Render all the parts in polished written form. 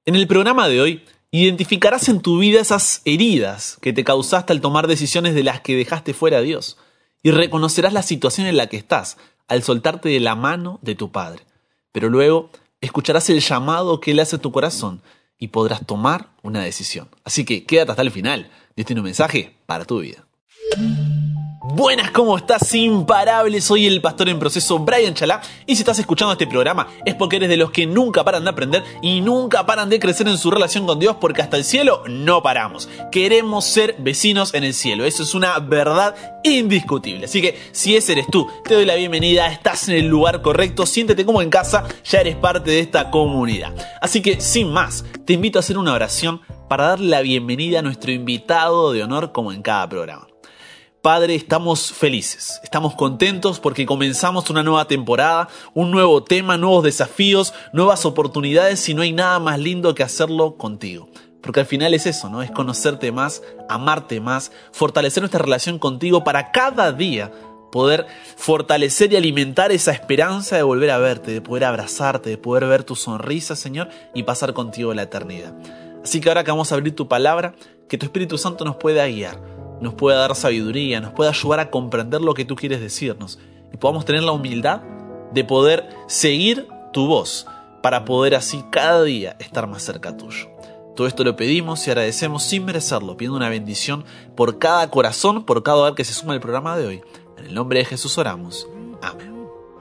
En el programa de hoy, identificarás en tu vida esas heridas que te causaste al tomar decisiones de las que dejaste fuera a Dios y reconocerás la situación en la que estás al soltarte de la mano de tu Padre. Pero luego escucharás el llamado que Él hace a tu corazón y podrás tomar una decisión. Así que quédate hasta el final. Dios tiene un mensaje para tu vida. Buenas, ¿cómo estás? Imparable, soy el pastor en proceso Brian Chalá y si estás escuchando este programa es porque eres de los que nunca paran de aprender y nunca paran de crecer en su relación con Dios, porque hasta el cielo no paramos. Queremos ser vecinos en el cielo, eso es una verdad indiscutible. Así que si ese eres tú, te doy la bienvenida, estás en el lugar correcto, siéntete como en casa, ya eres parte de esta comunidad. Así que sin más, te invito a hacer una oración para darle la bienvenida a nuestro invitado de honor como en cada programa. Padre, estamos felices, estamos contentos porque comenzamos una nueva temporada, un nuevo tema, nuevos desafíos, nuevas oportunidades y no hay nada más lindo que hacerlo contigo. Porque al final es eso, ¿no? Es conocerte más, amarte más, fortalecer nuestra relación contigo para cada día poder fortalecer y alimentar esa esperanza de volver a verte, de poder abrazarte, de poder ver tu sonrisa, Señor, y pasar contigo la eternidad. Así que ahora que vamos a abrir tu palabra, que tu Espíritu Santo nos pueda guiar, nos pueda dar sabiduría, nos pueda ayudar a comprender lo que tú quieres decirnos y podamos tener la humildad de poder seguir tu voz para poder así cada día estar más cerca tuyo. Todo esto lo pedimos y agradecemos sin merecerlo, pidiendo una bendición por cada corazón, por cada hogar que se suma al programa de hoy. En el nombre de Jesús oramos. Amén.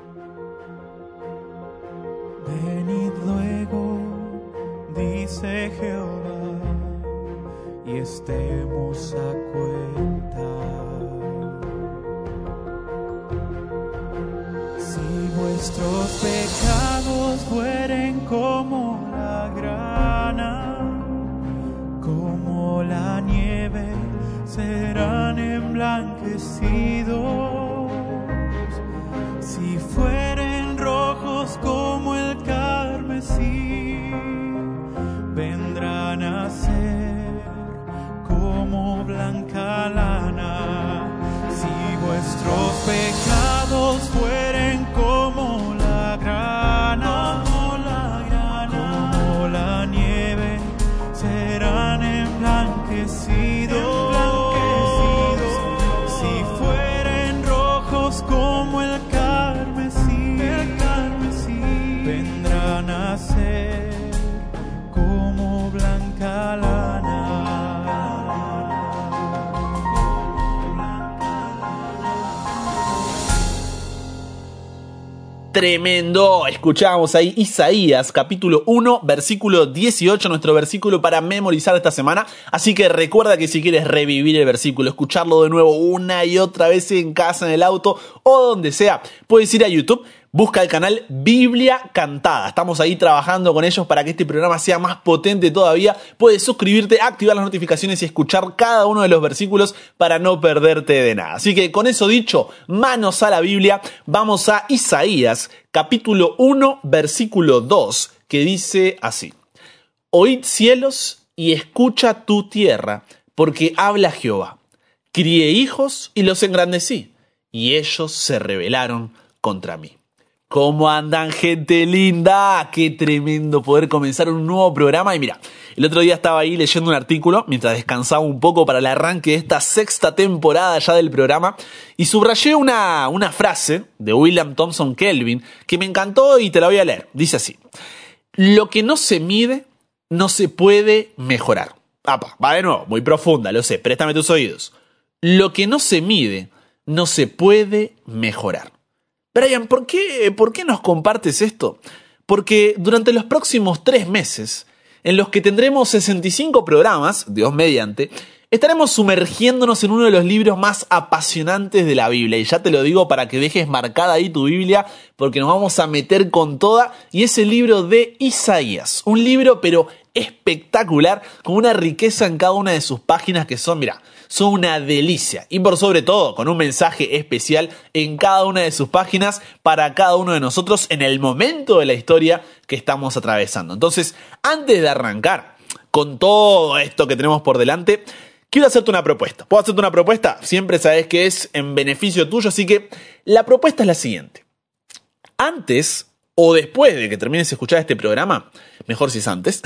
Venid luego, dice Jehová, y estemos a cuenta. Si vuestros pecados fueren como la grana, como la nieve, serán emblanquecidos. Si fueren rojos como el carmesí, vendrán a ser como blanca lana. Si vuestros pecados fueren como la grana, como la nieve, serán emblanquecidos. Si fueren rojos como el carmesí, vendrán a ser como blanca lana. Tremendo, escuchábamos ahí Isaías capítulo 1 versículo 18, nuestro versículo para memorizar esta semana, así que recuerda que si quieres revivir el versículo, escucharlo de nuevo una y otra vez en casa, en el auto o donde sea, puedes ir a YouTube. Busca el canal Biblia Cantada. Estamos ahí trabajando con ellos para que este programa sea más potente todavía. Puedes suscribirte, activar las notificaciones y escuchar cada uno de los versículos para no perderte de nada. Así que con eso dicho, manos a la Biblia. Vamos a Isaías, capítulo 1, versículo 2, que dice así: Oíd cielos y escucha tu tierra, porque habla Jehová. Crié hijos y los engrandecí, y ellos se rebelaron contra mí. ¿Cómo andan, gente linda? Qué tremendo poder comenzar un nuevo programa. Y mira, el otro día estaba ahí leyendo un artículo mientras descansaba un poco para el arranque de esta sexta temporada ya del programa y subrayé una frase de William Thompson Kelvin que me encantó y te la voy a leer. Dice así: lo que no se mide no se puede mejorar. Apa, va de nuevo, muy profunda, lo sé, préstame tus oídos. Lo que no se mide no se puede mejorar. Brian, ¿por qué nos compartes esto? Porque durante los próximos 3 meses, en los que tendremos 65 programas, Dios mediante, estaremos sumergiéndonos en uno de los libros más apasionantes de la Biblia. Y ya te lo digo para que dejes marcada ahí tu Biblia, porque nos vamos a meter con toda. Y es el libro de Isaías. Un libro, pero espectacular, con una riqueza en cada una de sus páginas que son, mira, son una delicia. Y por sobre todo, con un mensaje especial en cada una de sus páginas para cada uno de nosotros en el momento de la historia que estamos atravesando. Entonces, antes de arrancar con todo esto que tenemos por delante, quiero hacerte una propuesta. ¿Puedo hacerte una propuesta? Siempre sabes que es en beneficio tuyo, así que la propuesta es la siguiente. Antes o después de que termines de escuchar este programa, mejor si es antes,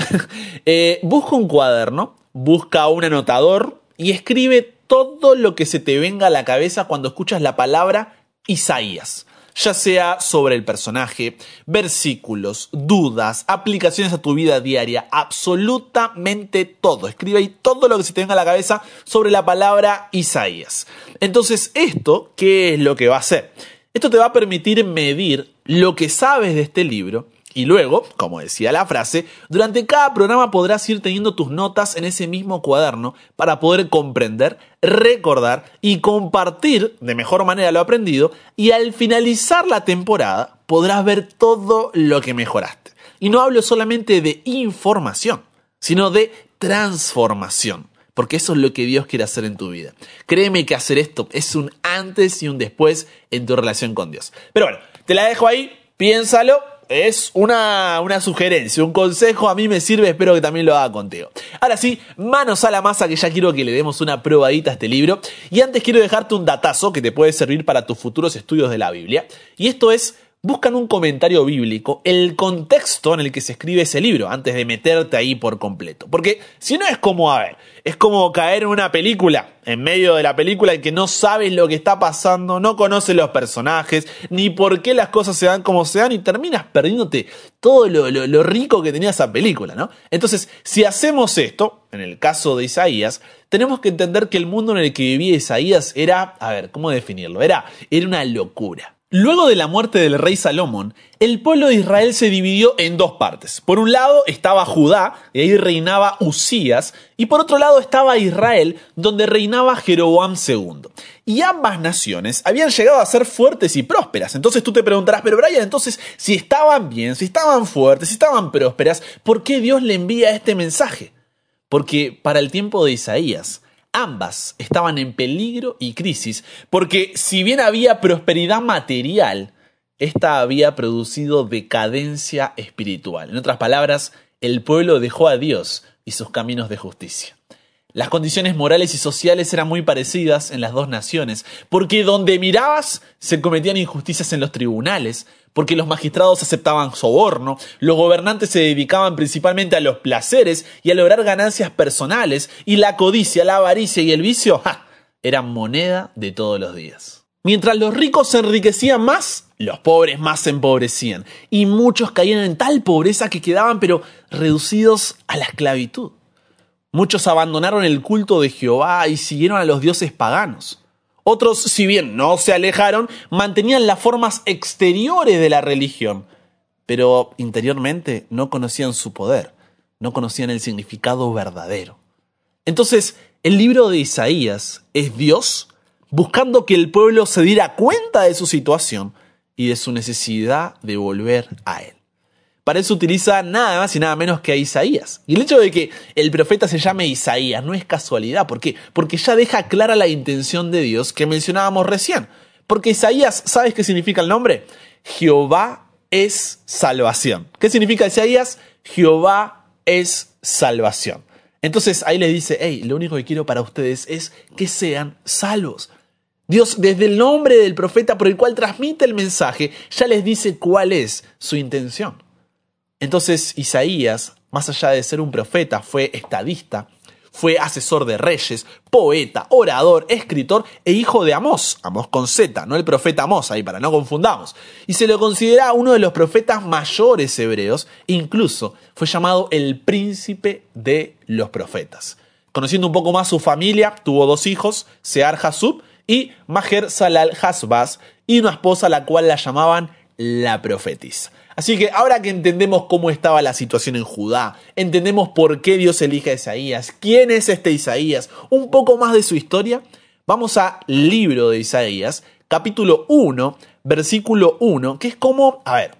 busca un cuaderno, busca un anotador y escribe todo lo que se te venga a la cabeza cuando escuchas la palabra Isaías. Ya sea sobre el personaje, versículos, dudas, aplicaciones a tu vida diaria, absolutamente todo. Escribe ahí todo lo que se te venga a la cabeza sobre la palabra Isaías. Entonces, ¿esto qué es lo que va a hacer? Esto te va a permitir medir lo que sabes de este libro y luego, como decía la frase, durante cada programa podrás ir teniendo tus notas en ese mismo cuaderno para poder comprender, recordar y compartir de mejor manera lo aprendido, y al finalizar la temporada podrás ver todo lo que mejoraste. Y no hablo solamente de información, sino de transformación. Porque eso es lo que Dios quiere hacer en tu vida. Créeme que hacer esto es un antes y un después en tu relación con Dios. Pero bueno, te la dejo ahí, piénsalo. Es una sugerencia, un consejo, a mí me sirve, espero que también lo haga contigo. Ahora sí, manos a la masa, que ya quiero que le demos una probadita a este libro. Y antes quiero dejarte un datazo que te puede servir para tus futuros estudios de la Biblia. Y esto es: busca en un comentario bíblico el contexto en el que se escribe ese libro antes de meterte ahí por completo. Porque si no es como, es como caer en una película, en medio de la película, en que no sabes lo que está pasando, no conoces los personajes, ni por qué las cosas se dan como se dan, y terminas perdiéndote todo lo rico que tenía esa película, ¿no? Entonces, si hacemos esto, en el caso de Isaías, tenemos que entender que el mundo en el que vivía Isaías era, ¿cómo definirlo? Era una locura. Luego de la muerte del rey Salomón, el pueblo de Israel se dividió en dos partes. Por un lado estaba Judá, y ahí reinaba Usías, y por otro lado estaba Israel, donde reinaba Jeroboam II. Y ambas naciones habían llegado a ser fuertes y prósperas. Entonces tú te preguntarás, pero Brian, entonces, si estaban bien, si estaban fuertes, si estaban prósperas, ¿por qué Dios le envía este mensaje? Porque para el tiempo de Isaías, ambas estaban en peligro y crisis, porque si bien había prosperidad material, esta había producido decadencia espiritual. En otras palabras, el pueblo dejó a Dios y sus caminos de justicia. Las condiciones morales y sociales eran muy parecidas en las dos naciones, porque donde mirabas se cometían injusticias en los tribunales, porque los magistrados aceptaban soborno, los gobernantes se dedicaban principalmente a los placeres y a lograr ganancias personales, y la codicia, la avaricia y el vicio eran moneda de todos los días. Mientras los ricos se enriquecían más, los pobres más se empobrecían, y muchos caían en tal pobreza que quedaban pero reducidos a la esclavitud. Muchos abandonaron el culto de Jehová y siguieron a los dioses paganos. Otros, si bien no se alejaron, mantenían las formas exteriores de la religión, pero interiormente no conocían su poder, no conocían el significado verdadero. Entonces, el libro de Isaías es Dios buscando que el pueblo se diera cuenta de su situación y de su necesidad de volver a él. Para eso utiliza nada más y nada menos que a Isaías. Y el hecho de que el profeta se llame Isaías no es casualidad. ¿Por qué? Porque ya deja clara la intención de Dios que mencionábamos recién. Porque Isaías, ¿sabes qué significa el nombre? Jehová es salvación. ¿Qué significa Isaías? Jehová es salvación. Entonces ahí les dice, lo único que quiero para ustedes es que sean salvos. Dios, desde el nombre del profeta por el cual transmite el mensaje, ya les dice cuál es su intención. Entonces Isaías, más allá de ser un profeta, fue estadista, fue asesor de reyes, poeta, orador, escritor e hijo de Amós. Amós con Z, no el profeta Amós, ahí para no confundamos. Y se lo considera uno de los profetas mayores hebreos, incluso fue llamado el príncipe de los profetas. Conociendo un poco más su familia, tuvo dos hijos, Sear-Jasub y Maher-Salal-Hasbaz, y una esposa a la cual la llamaban la profetisa. Así que ahora que entendemos cómo estaba la situación en Judá, entendemos por qué Dios elige a Isaías, quién es este Isaías, un poco más de su historia, vamos al libro de Isaías, capítulo 1, versículo 1, que es como,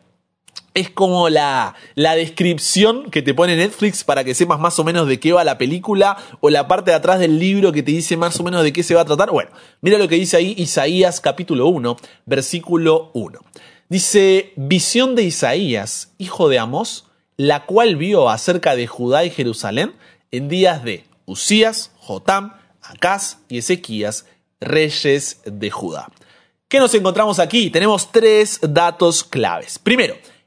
es como la descripción que te pone Netflix para que sepas más o menos de qué va la película, o la parte de atrás del libro que te dice más o menos de qué se va a tratar. Bueno, mira lo que dice ahí Isaías capítulo 1, versículo 1. Dice, visión de Isaías, hijo de Amós, la cual vio acerca de Judá y Jerusalén en días de Usías, Jotam, Acaz y Ezequías, reyes de Judá. ¿Qué nos encontramos aquí? Tenemos tres datos claves. Primero,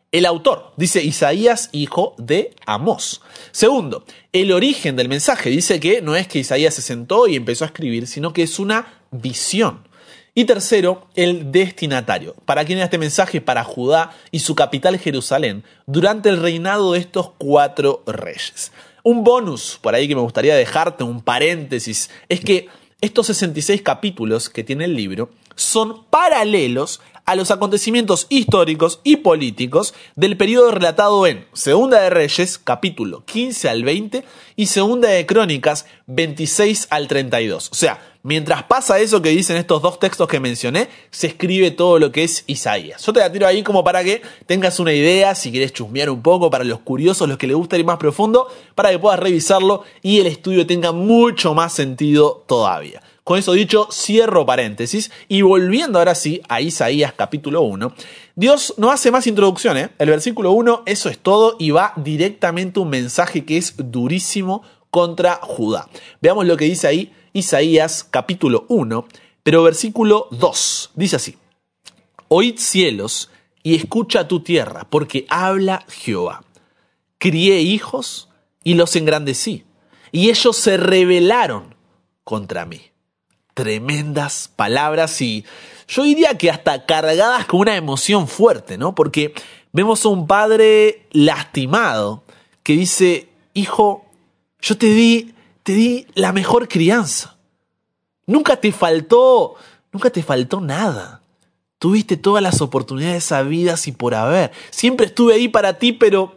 El autor, dice Isaías, hijo de Amós. Segundo, el origen del mensaje. Dice que no es que Isaías se sentó y empezó a escribir, sino que es una visión. Y tercero, el destinatario. ¿Para quién era este mensaje? Para Judá y su capital Jerusalén, durante el reinado de estos 4 reyes. Un bonus por ahí que me gustaría dejarte, un paréntesis, es que estos 66 capítulos que tiene el libro son paralelos a los acontecimientos históricos y políticos del periodo relatado en Segunda de Reyes, capítulo 15 al 20, y Segunda de Crónicas, 26 al 32. O sea, mientras pasa eso que dicen estos 2 textos que mencioné, se escribe todo lo que es Isaías. Yo te la tiro ahí como para que tengas una idea, si querés chusmear un poco, para los curiosos, los que les gusta ir más profundo, para que puedas revisarlo y el estudio tenga mucho más sentido todavía. Con eso dicho, cierro paréntesis y volviendo ahora sí a Isaías capítulo 1, Dios no hace más introducción, ¿eh? El versículo 1, eso es todo y va directamente un mensaje que es durísimo contra Judá. Veamos lo que dice ahí Isaías capítulo 1, pero versículo 2, dice así: Oíd cielos y escucha tu tierra, porque habla Jehová. Crié hijos y los engrandecí, y ellos se rebelaron contra mí. Tremendas palabras y yo diría que hasta cargadas con una emoción fuerte, ¿no? Porque vemos a un padre lastimado que dice: hijo, yo te di la mejor crianza. Nunca te faltó nada. Tuviste todas las oportunidades habidas y por haber. Siempre estuve ahí para ti, pero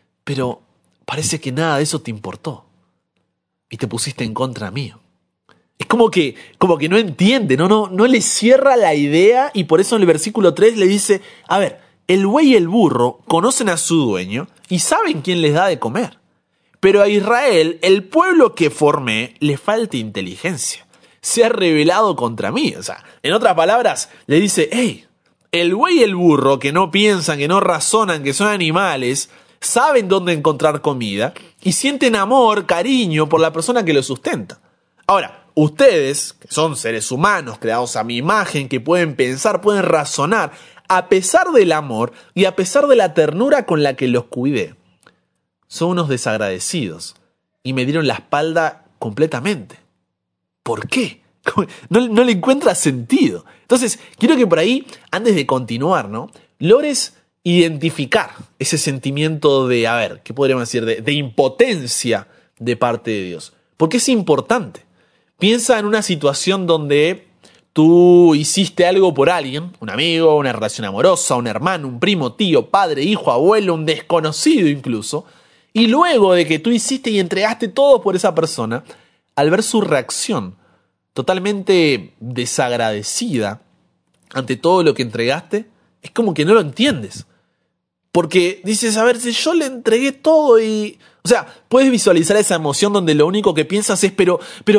parece que nada de eso te importó. Y te pusiste en contra mío. Es como que no entiende, no le cierra la idea y por eso en el versículo 3 le dice: a ver, el buey y el burro conocen a su dueño y saben quién les da de comer. Pero a Israel, el pueblo que formé, le falta inteligencia. Se ha rebelado contra mí. O sea, en otras palabras, le dice: hey, el buey y el burro que no piensan, que no razonan, que son animales, saben dónde encontrar comida y sienten amor, cariño por la persona que los sustenta. Ahora, ustedes, que son seres humanos creados a mi imagen, que pueden pensar, pueden razonar, a pesar del amor y a pesar de la ternura con la que los cuidé, son unos desagradecidos y me dieron la espalda completamente. ¿Por qué? No le encuentra sentido. Entonces, quiero que por ahí, antes de continuar, ¿no?, logres identificar ese sentimiento de, a ver, ¿qué podríamos decir? De impotencia de parte de Dios. Porque es importante. Piensa en una situación donde tú hiciste algo por alguien, un amigo, una relación amorosa, un hermano, un primo, tío, padre, hijo, abuelo, un desconocido incluso, y luego de que tú hiciste y entregaste todo por esa persona, al ver su reacción totalmente desagradecida ante todo lo que entregaste, es como que no lo entiendes. Porque dices, a ver, si yo le entregué todo y... O sea, puedes visualizar esa emoción donde lo único que piensas es, pero,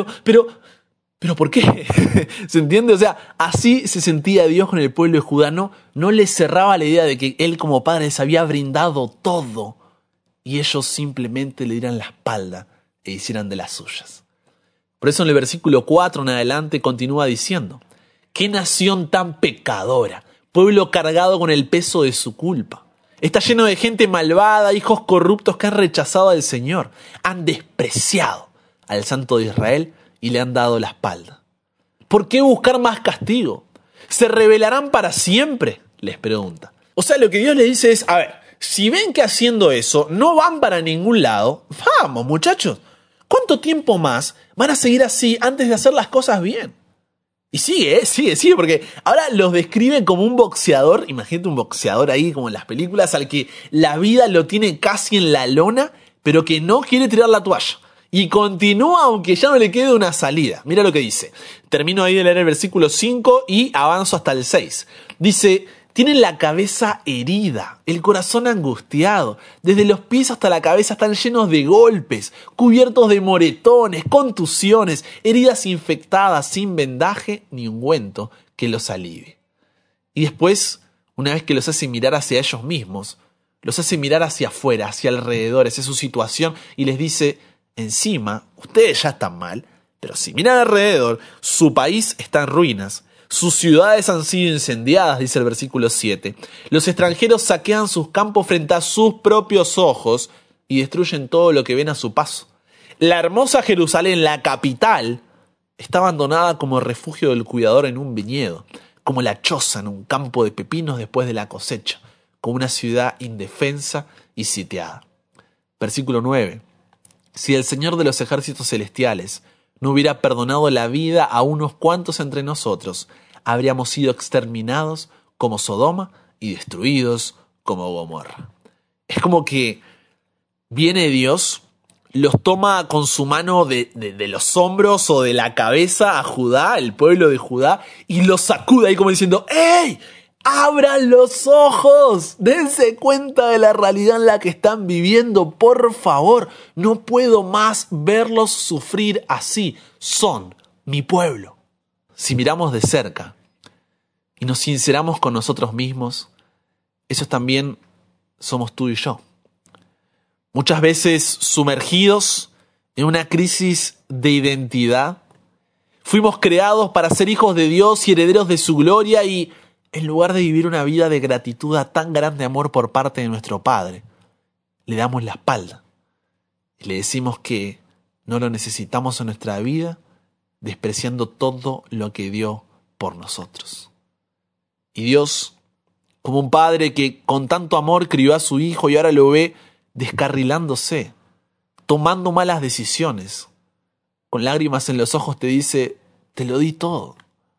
¿por qué? ¿Se entiende? O sea, así se sentía Dios con el pueblo de Judá. No le cerraba la idea de que Él como Padre les había brindado todo y ellos simplemente le dieran la espalda e hicieran de las suyas. Por eso en el versículo 4 en adelante continúa diciendo: ¡qué nación tan pecadora! Pueblo cargado con el peso de su culpa. Está lleno de gente malvada, hijos corruptos que han rechazado al Señor, han despreciado al Santo de Israel y le han dado la espalda. ¿Por qué buscar más castigo? ¿Se rebelarán para siempre?, les pregunta. O sea, lo que Dios le dice es, a ver, si ven que haciendo eso no van para ningún lado, vamos muchachos, ¿cuánto tiempo más van a seguir así antes de hacer las cosas bien? Y sigue, porque ahora los describe como un boxeador. Imagínate un boxeador ahí como en las películas al que la vida lo tiene casi en la lona, pero que no quiere tirar la toalla. Y continúa aunque ya no le quede una salida. Mira lo que dice. Termino ahí de leer el versículo 5 y avanzo hasta el 6. Dice: tienen la cabeza herida, el corazón angustiado. Desde los pies hasta la cabeza están llenos de golpes, cubiertos de moretones, contusiones, heridas infectadas, sin vendaje ni ungüento que los alivie. Y después, una vez que los hace mirar hacia ellos mismos, los hace mirar hacia afuera, hacia alrededor, hacia su situación, y les dice: encima, ustedes ya están mal, pero si miran alrededor, su país está en ruinas, Sus ciudades han sido incendiadas, dice el versículo 7. Los extranjeros saquean sus campos frente a sus propios ojos y destruyen todo lo que ven a su paso. La hermosa Jerusalén, la capital, está abandonada como refugio del cuidador en un viñedo, como la choza en un campo de pepinos después de la cosecha, como una ciudad indefensa y sitiada. Versículo 9. Si el Señor de los ejércitos celestiales no hubiera perdonado la vida a unos cuantos entre nosotros, habríamos sido exterminados como Sodoma y destruidos como Gomorra. Es como que viene Dios, los toma con su mano de los hombros o de la cabeza a Judá, el pueblo de Judá, y los sacude ahí como diciendo: ¡Ey! ¡Abran los ojos! ¡Dense cuenta de la realidad en la que están viviendo! ¡Por favor! No puedo más verlos sufrir así. Son mi pueblo. Si miramos de cerca y nos sinceramos con nosotros mismos, esos también somos tú y yo. Muchas veces sumergidos en una crisis de identidad, fuimos creados para ser hijos de Dios y herederos de su gloria, y en lugar de vivir una vida de gratitud a tan grande amor por parte de nuestro Padre, le damos la espalda y le decimos que no lo necesitamos en nuestra vida, despreciando todo lo que dio por nosotros. Y Dios, como un padre que con tanto amor crió a su hijo y ahora lo ve descarrilándose, tomando malas decisiones, con lágrimas en los ojos te dice: te lo di todo.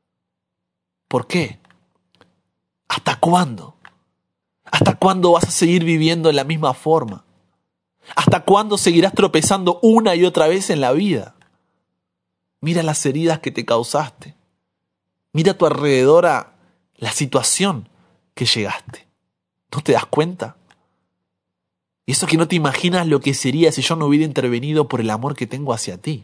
¿Por qué? ¿Hasta cuándo? ¿Hasta cuándo vas a seguir viviendo en la misma forma? ¿Hasta cuándo seguirás tropezando una y otra vez en la vida? Mira las heridas que te causaste. Mira a tu alrededor a la situación que llegaste. ¿No te das cuenta? Y eso que no te imaginas lo que sería si yo no hubiera intervenido por el amor que tengo hacia ti.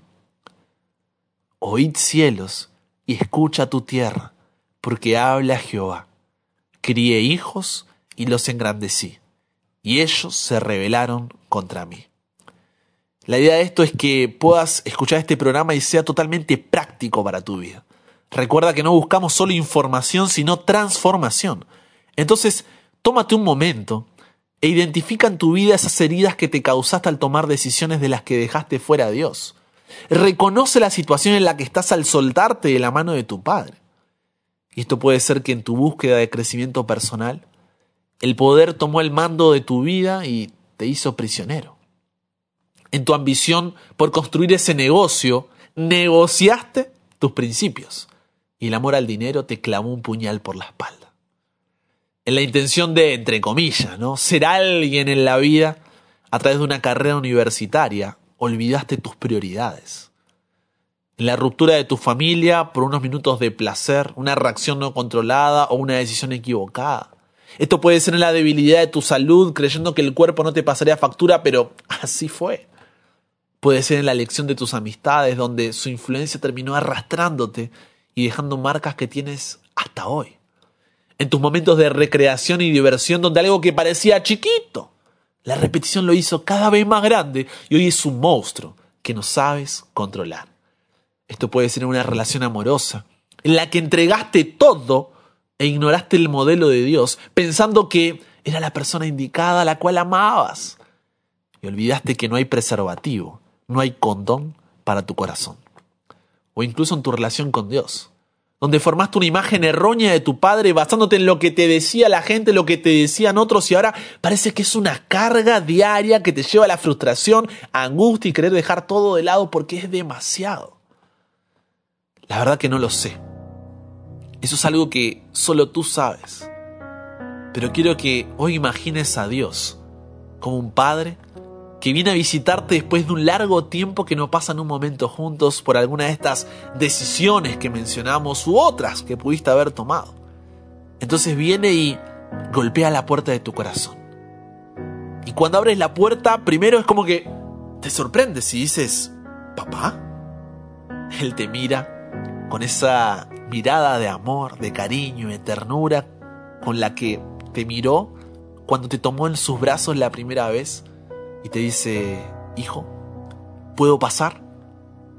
Oíd cielos y escucha tu tierra, porque habla Jehová. Crié hijos y los engrandecí, y ellos se rebelaron contra mí. La idea de esto es que puedas escuchar este programa y sea totalmente práctico para tu vida. Recuerda que no buscamos solo información, sino transformación. Entonces, tómate un momento e identifica en tu vida esas heridas que te causaste al tomar decisiones de las que dejaste fuera a Dios. Reconoce la situación en la que estás al soltarte de la mano de tu Padre. Y esto puede ser que en tu búsqueda de crecimiento personal, el poder tomó el mando de tu vida y te hizo prisionero. En tu ambición por construir ese negocio, negociaste tus principios y el amor al dinero te clavó un puñal por la espalda. En la intención de, entre comillas, ser alguien en la vida a través de una carrera universitaria, olvidaste tus prioridades. En la ruptura de tu familia por unos minutos de placer, una reacción no controlada o una decisión equivocada. Esto puede ser en la debilidad de tu salud, creyendo que el cuerpo no te pasaría factura, pero así fue. Puede ser en la elección de tus amistades, donde su influencia terminó arrastrándote y dejando marcas que tienes hasta hoy. En tus momentos de recreación y diversión, donde algo que parecía chiquito, la repetición lo hizo cada vez más grande y hoy es un monstruo que no sabes controlar. Esto puede ser en una relación amorosa, en la que entregaste todo e ignoraste el modelo de Dios, pensando que era la persona indicada a la cual amabas. Y olvidaste que no hay preservativo, no hay condón para tu corazón. O incluso en tu relación con Dios, donde formaste una imagen errónea de tu Padre basándote en lo que te decía la gente, lo que te decían otros, y ahora parece que es una carga diaria que te lleva a la frustración, a angustia y querer dejar todo de lado porque es demasiado. La verdad que no lo sé. Eso es algo que solo tú sabes. Pero quiero que hoy imagines a Dios como un Padre que viene a visitarte después de un largo tiempo que no pasan un momento juntos por alguna de estas decisiones que mencionamos u otras que pudiste haber tomado. Entonces viene y golpea la puerta de tu corazón. Y cuando abres la puerta, primero es como que te sorprendes y dices: ¿Papá? Él te mira con esa mirada de amor, de cariño, de ternura con la que te miró cuando te tomó en sus brazos la primera vez y te dice: hijo, ¿puedo pasar?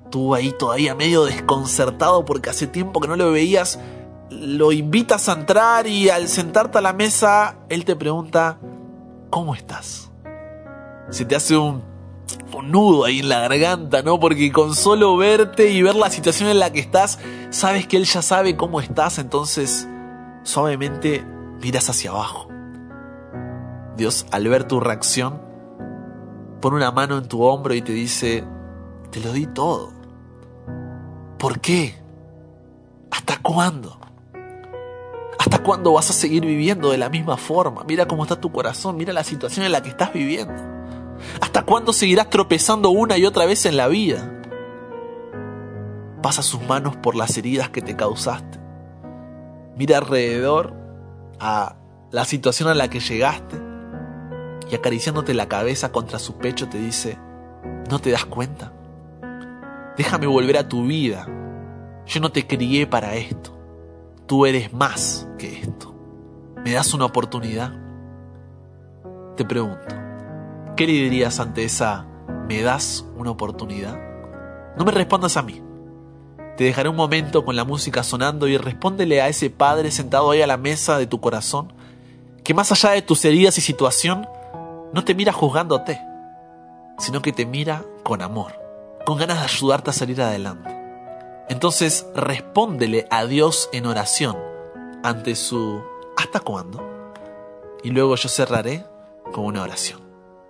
Tú ahí todavía medio desconcertado porque hace tiempo que no lo veías, lo invitas a entrar y al sentarte a la mesa, él te pregunta, ¿cómo estás? Se te hace un nudo ahí en la garganta, ¿no? Porque con solo verte y ver la situación en la que estás, sabes que él ya sabe cómo estás, entonces suavemente miras hacia abajo. Dios, al ver tu reacción, pone una mano en tu hombro y te dice, te lo di todo. ¿Por qué? ¿Hasta cuándo? ¿Hasta cuándo vas a seguir viviendo de la misma forma? Mira cómo está tu corazón, mira la situación en la que estás viviendo. ¿Hasta cuándo seguirás tropezando una y otra vez en la vida? Pasa sus manos por las heridas que te causaste. Mira alrededor a la situación a la que llegaste y acariciándote la cabeza contra su pecho te dice, ¿no te das cuenta? Déjame volver a tu vida. Yo no te crié para esto. Tú eres más que esto. ¿Me das una oportunidad? Te pregunto, ¿qué le dirías ante esa ¿me das una oportunidad? No me respondas a mí. Te dejaré un momento con la música sonando y respóndele a ese padre sentado ahí a la mesa de tu corazón, que más allá de tus heridas y situación, no te mira juzgándote, sino que te mira con amor, con ganas de ayudarte a salir adelante. Entonces respóndele a Dios en oración ante su ¿hasta cuándo? Y luego yo cerraré con una oración.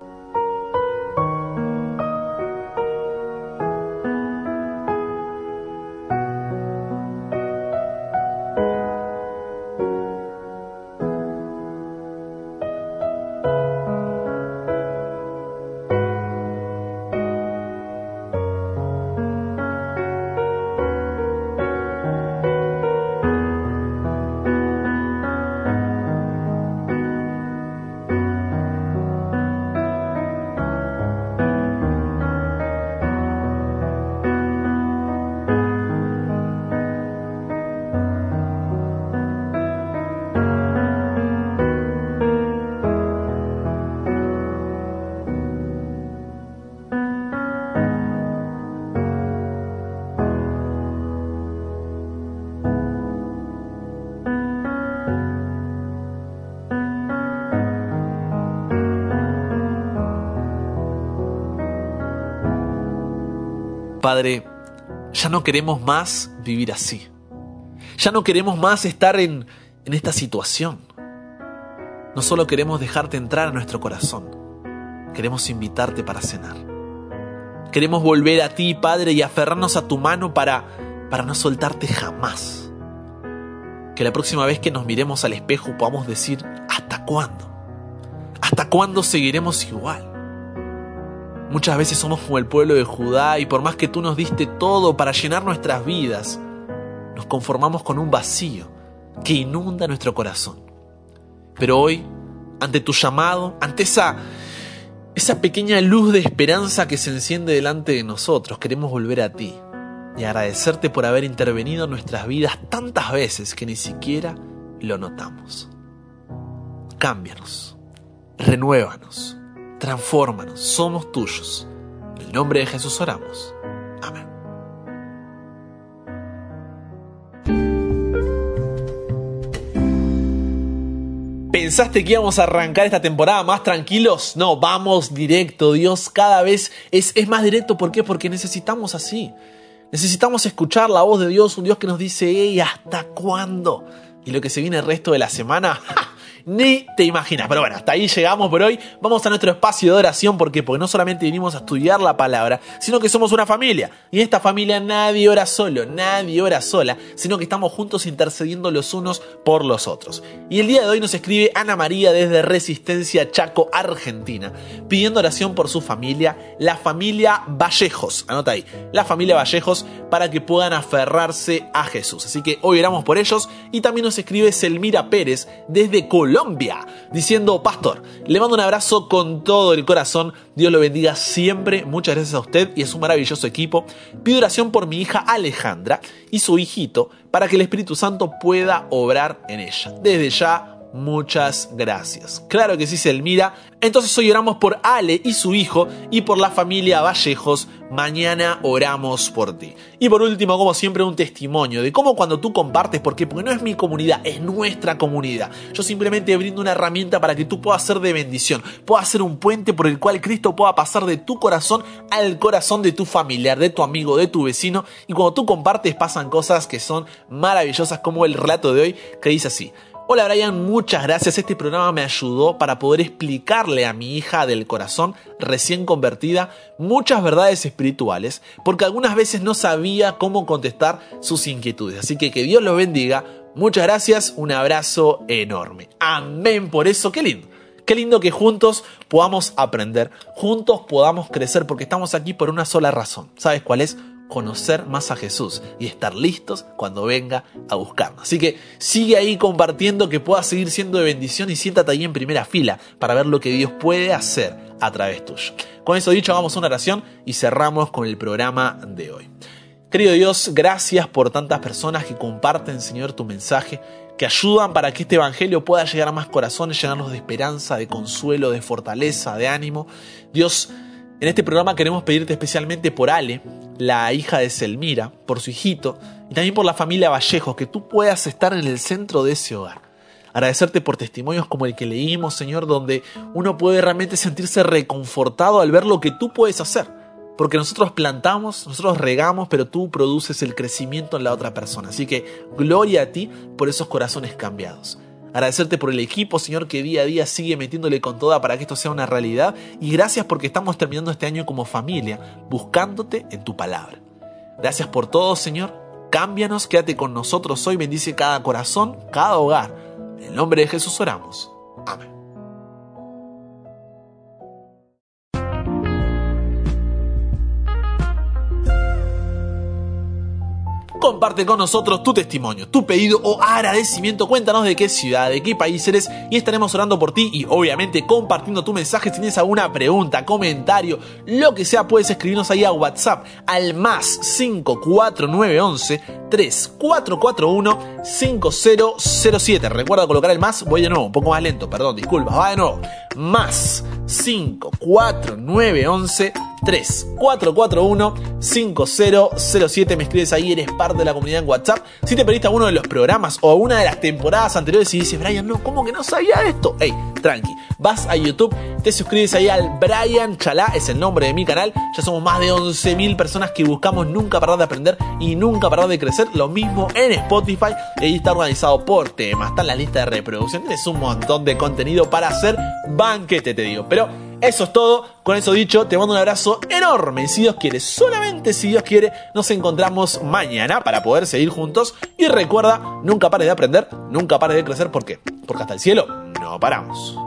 Padre, ya no queremos más vivir así. Ya no queremos más estar en esta situación. No solo queremos dejarte entrar a nuestro corazón, queremos invitarte para cenar. Queremos volver a ti, Padre, y aferrarnos a tu mano para no soltarte jamás. Que la próxima vez que nos miremos al espejo podamos decir, ¿hasta cuándo? ¿Hasta cuándo seguiremos igual? Muchas veces somos como el pueblo de Judá y por más que tú nos diste todo para llenar nuestras vidas, nos conformamos con un vacío que inunda nuestro corazón. Pero hoy, ante tu llamado, ante esa pequeña luz de esperanza que se enciende delante de nosotros, queremos volver a ti y agradecerte por haber intervenido en nuestras vidas tantas veces que ni siquiera lo notamos. Cámbianos, renuévanos, transfórmanos, somos tuyos. En el nombre de Jesús oramos. Amén. ¿Pensaste que íbamos a arrancar esta temporada más tranquilos? No, vamos directo. Dios cada vez es más directo. ¿Por qué? Porque necesitamos así. Necesitamos escuchar la voz de Dios, un Dios que nos dice, hey, ¿hasta cuándo? Y lo que se viene el resto de la semana, ni te imaginas. Pero bueno, hasta ahí llegamos por hoy. Vamos a nuestro espacio de oración. ¿Por qué? Porque no solamente vinimos a estudiar la palabra, sino que somos una familia. Y en esta familia nadie ora solo, nadie ora sola, sino que estamos juntos intercediendo los unos por los otros. Y el día de hoy nos escribe Ana María desde Resistencia, Chaco, Argentina, pidiendo oración por su familia, la familia Vallejos. Anota ahí, la familia Vallejos, para que puedan aferrarse a Jesús. Así que hoy oramos por ellos. Y también nos escribe Selmira Pérez desde Colombia, diciendo, pastor, le mando un abrazo con todo el corazón, Dios lo bendiga siempre, muchas gracias a usted y a su maravilloso equipo. Pido oración por mi hija Alejandra y su hijito, para que el Espíritu Santo pueda obrar en ella. Desde ya, muchas gracias. Claro que sí, Selmira. Entonces hoy oramos por Ale y su hijo y por la familia Vallejos. Mañana oramos por ti. Y por último, como siempre, un testimonio de cómo cuando tú compartes, ¿por qué? Porque no es mi comunidad, es nuestra comunidad. Yo simplemente brindo una herramienta para que tú puedas ser de bendición, puedas ser un puente por el cual Cristo pueda pasar de tu corazón al corazón de tu familiar, de tu amigo, de tu vecino. Y cuando tú compartes pasan cosas que son maravillosas, como el relato de hoy que dice así: hola Brian, muchas gracias. Este programa me ayudó para poder explicarle a mi hija del corazón recién convertida muchas verdades espirituales, porque algunas veces no sabía cómo contestar sus inquietudes. Así que Dios los bendiga. Muchas gracias, un abrazo enorme. Amén por eso, qué lindo. Qué lindo que juntos podamos aprender, juntos podamos crecer, porque estamos aquí por una sola razón. ¿Sabes cuál es? Conocer más a Jesús y estar listos cuando venga a buscarnos. Así que sigue ahí compartiendo, que puedas seguir siendo de bendición, y siéntate ahí en primera fila para ver lo que Dios puede hacer a través tuyo. Con eso dicho, hagamos una oración y cerramos con el programa de hoy. Querido Dios, gracias por tantas personas que comparten, Señor, tu mensaje, que ayudan para que este evangelio pueda llegar a más corazones, llenarlos de esperanza, de consuelo, de fortaleza, de ánimo. Dios, en este programa queremos pedirte especialmente por Ale, la hija de Selmira, por su hijito, y también por la familia Vallejos, que tú puedas estar en el centro de ese hogar. Agradecerte por testimonios como el que leímos, Señor, donde uno puede realmente sentirse reconfortado al ver lo que tú puedes hacer. Porque nosotros plantamos, nosotros regamos, pero tú produces el crecimiento en la otra persona. Así que gloria a ti por esos corazones cambiados. Agradecerte por el equipo, Señor, que día a día sigue metiéndole con toda para que esto sea una realidad. Y gracias porque estamos terminando este año como familia, buscándote en tu palabra. Gracias por todo, Señor. Cámbianos, quédate con nosotros hoy. Bendice cada corazón, cada hogar. En el nombre de Jesús oramos. Amén. Comparte con nosotros tu testimonio, tu pedido o agradecimiento. Cuéntanos de qué ciudad, de qué país eres, y estaremos orando por ti y obviamente compartiendo tu mensaje. Si tienes alguna pregunta, comentario, lo que sea, puedes escribirnos ahí a WhatsApp al más 54911 3441 5007. Recuerda colocar el más. Voy de nuevo, un poco más lento, perdón, disculpas. Va de nuevo. Más 54911 3441 5007. Me escribes ahí, eres parte de la comunidad en WhatsApp. Si te perdiste alguno de los programas o alguna de las temporadas anteriores y dices, Brian, no, ¿cómo que no sabía esto? Hey, tranqui, vas a YouTube, te suscribes ahí al Brian Chalá, es el nombre de mi canal. Ya somos más de 11.000 personas que buscamos nunca parar de aprender y nunca parar de crecer. Lo mismo en Spotify, ahí está organizado por temas, está en la lista de reproducción. Tienes un montón de contenido para hacer banquete, te digo. Pero eso es todo. Con eso dicho, te mando un abrazo enorme. Si Dios quiere, solamente si Dios quiere, nos encontramos mañana para poder seguir juntos. Y recuerda, nunca pares de aprender, nunca pares de crecer. ¿Por qué? Porque hasta el cielo no paramos.